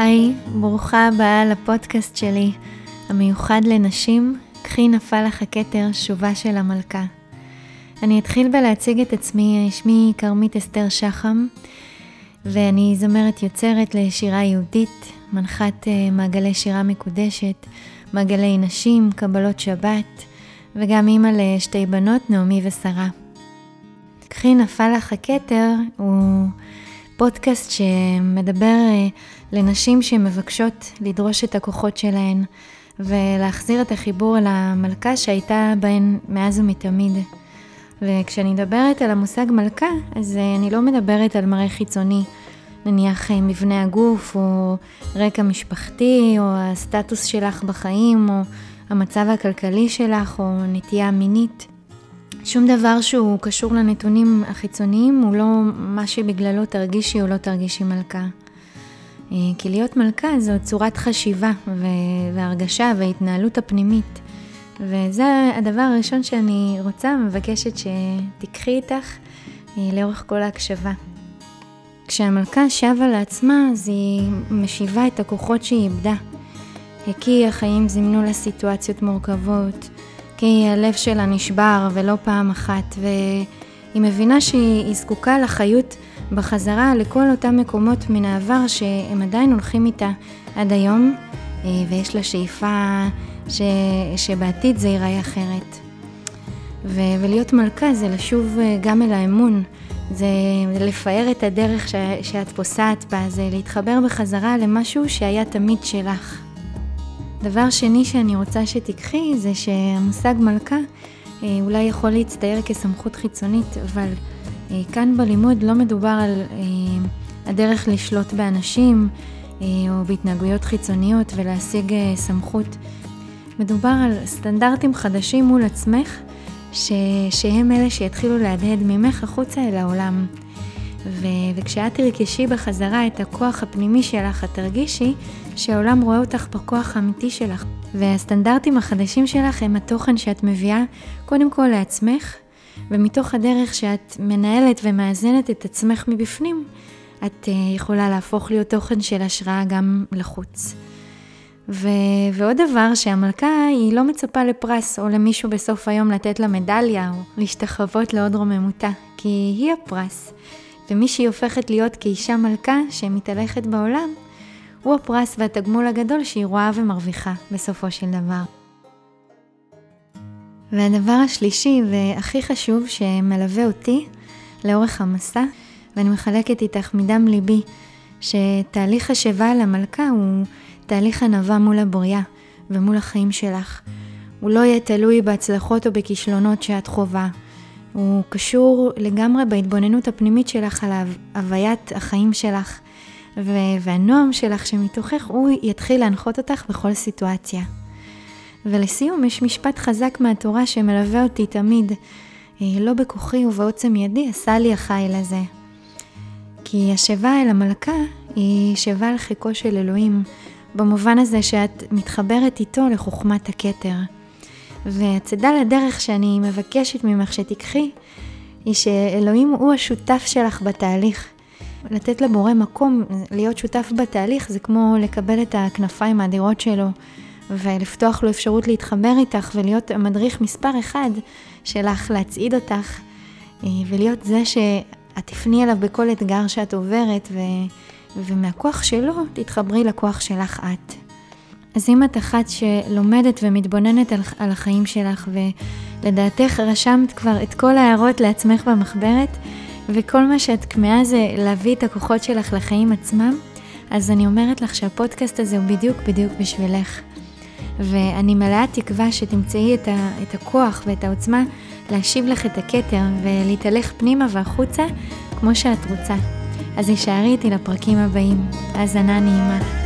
היי, ברוכה הבאה לפודקאסט שלי, המיוחד לנשים, קחי נפל לך הכתר, שובה של המלכה. אני אתחיל בלהציג את עצמי, שמי כרמית אסתר שחם, ואני זמרת יוצרת לשירה יהודית, מנחת מעגלי שירה מקודשת, מעגלי נשים, קבלות שבת, וגם אימא לשתי בנות, נעמי ושרה. קחי נפל לך הכתר הוא פודקאסט שמדבר לנשים שמבקשות לדרוש את הכוחות שלהן ולהחזיר את החיבור אל המלכה שהייתה בהן מאז ומתמיד. וכשאני מדברת על המושג מלכה, אז אני לא מדברת על מראה חיצוני, נניח מבנה הגוף או רקע משפחתי או הסטטוס שלך בחיים או המצב הכלכלי שלך או נטייה מינית. שום דבר שהוא קשור לנתונים החיצוניים הוא לא מה שבגללו תרגישי או לא תרגישי מלכה. כי להיות מלכה זו צורת חשיבה והרגשה וההתנהלות הפנימית. וזה הדבר הראשון שאני רוצה, מבקשת שתיקחי איתך לאורך כל ההקשבה. כשהמלכה שבה לעצמה, אז היא משיבה את הכוחות שהיא איבדה. כי החיים זימנו לה סיטואציות מורכבות, כי הלב שלה נשבר ולא פעם אחת, והיא מבינה שהיא זקוקה לחיות בחזרה לכל אותם מקומות מן העבר שהם עדיין הולכים איתה עד היום, ויש לה שאיפה שבעתיד זה ייראה אחרת. ולהיות מלכה זה לשוב גם אל האמון, זה לפאר את הדרך שאת פוסעת בה, זה להתחבר בחזרה למשהו שהיה תמיד שלך. דבר שני שאני רוצה שתיקחי זה שהמושג מלכה אולי יכול להצטייר כסמכות חיצונית, אבל כאן בלימוד לא מדובר על הדרך לשלוט באנשים או בהתנהגויות חיצוניות ולהשיג סמכות. מדובר על סטנדרטים חדשים מול עצמך שהם אלה שיתחילו להדהד ממך החוצה אל העולם. וכשאת תרכשי בחזרה את הכוח הפנימי שלך, את תרגישי שהעולם רואה אותך בכוח האמיתי שלך. והסטנדרטים החדשים שלך הם התוכן שאת מביאה קודם כל לעצמך, ומתוך הדרך שאת מנהלת ומאזנת את עצמך מבפנים, את יכולה להפוך להיות תוכן של השראה גם לחוץ. ועוד דבר שהמלכה היא לא מצפה לפרס או למישהו בסוף היום לתת לה מדליה או להשתחוות לעוד רוממותה, כי היא הפרס. ומי שהיא הופכת להיות כאישה מלכה שמתהלכת בעולם, הוא הפרס והתגמול הגדול שהיא רואה ומרוויחה בסופו של דבר. והדבר השלישי והכי חשוב שמלווה אותי לאורך המסע, ואני מחלקת איתך מדם ליבי, שתהליך השבה למלכה הוא תהליך ענווה מול הבריאה ומול החיים שלך. הוא לא יהיה תלוי בהצלחות או בכישלונות שאת חובה. הוא קשור לגמרי בהתבוננות הפנימית שלך על הוויית החיים שלך, והנועם שלך שמתוכך הוא יתחיל להנחות אותך בכל סיטואציה. ולסיום יש משפט חזק מהתורה שמלווה אותי תמיד, לא בכוחי ובעוצם ידי עשה לי החיל הזה. כי השבה אל המלכה היא שבה על חיקו של אלוהים, במובן הזה שאת מתחברת איתו לחוכמת הכתר. והצדה לדרך שאני מבקשת ממך שתיקחי, היא שאלוהים הוא השותף שלך בתהליך. לתת לבורא מקום, להיות שותף בתהליך, זה כמו לקבל את הכנפיים האדירות שלו, ולפתוח לו אפשרות להתחבר איתך, ולהיות המדריך מספר אחד שלך, להצעיד אותך, ולהיות זה שאת תפני אליו בכל אתגר שאת עוברת, ומהכוח שלו תתחברי לכוח שלך את. אז אם את אחת שלומדת ומתבוננת על החיים שלך, ולדעתך רשמת כבר את כל ההערות לעצמך במחברת, וכל מה שאת כמאה זה להביא את הכוחות שלך לחיים עצמם, אז אני אומרת לך שהפודקאסט הזה הוא בדיוק בשבילך. ואני מלאה תקווה שתמצאי את הכוח ואת העוצמה להשיב לך את הכתר ולהתהלך פנימה והחוצה כמו שאת רוצה. אז הישארי איתי לפרקים הבאים. האזנה נעימה.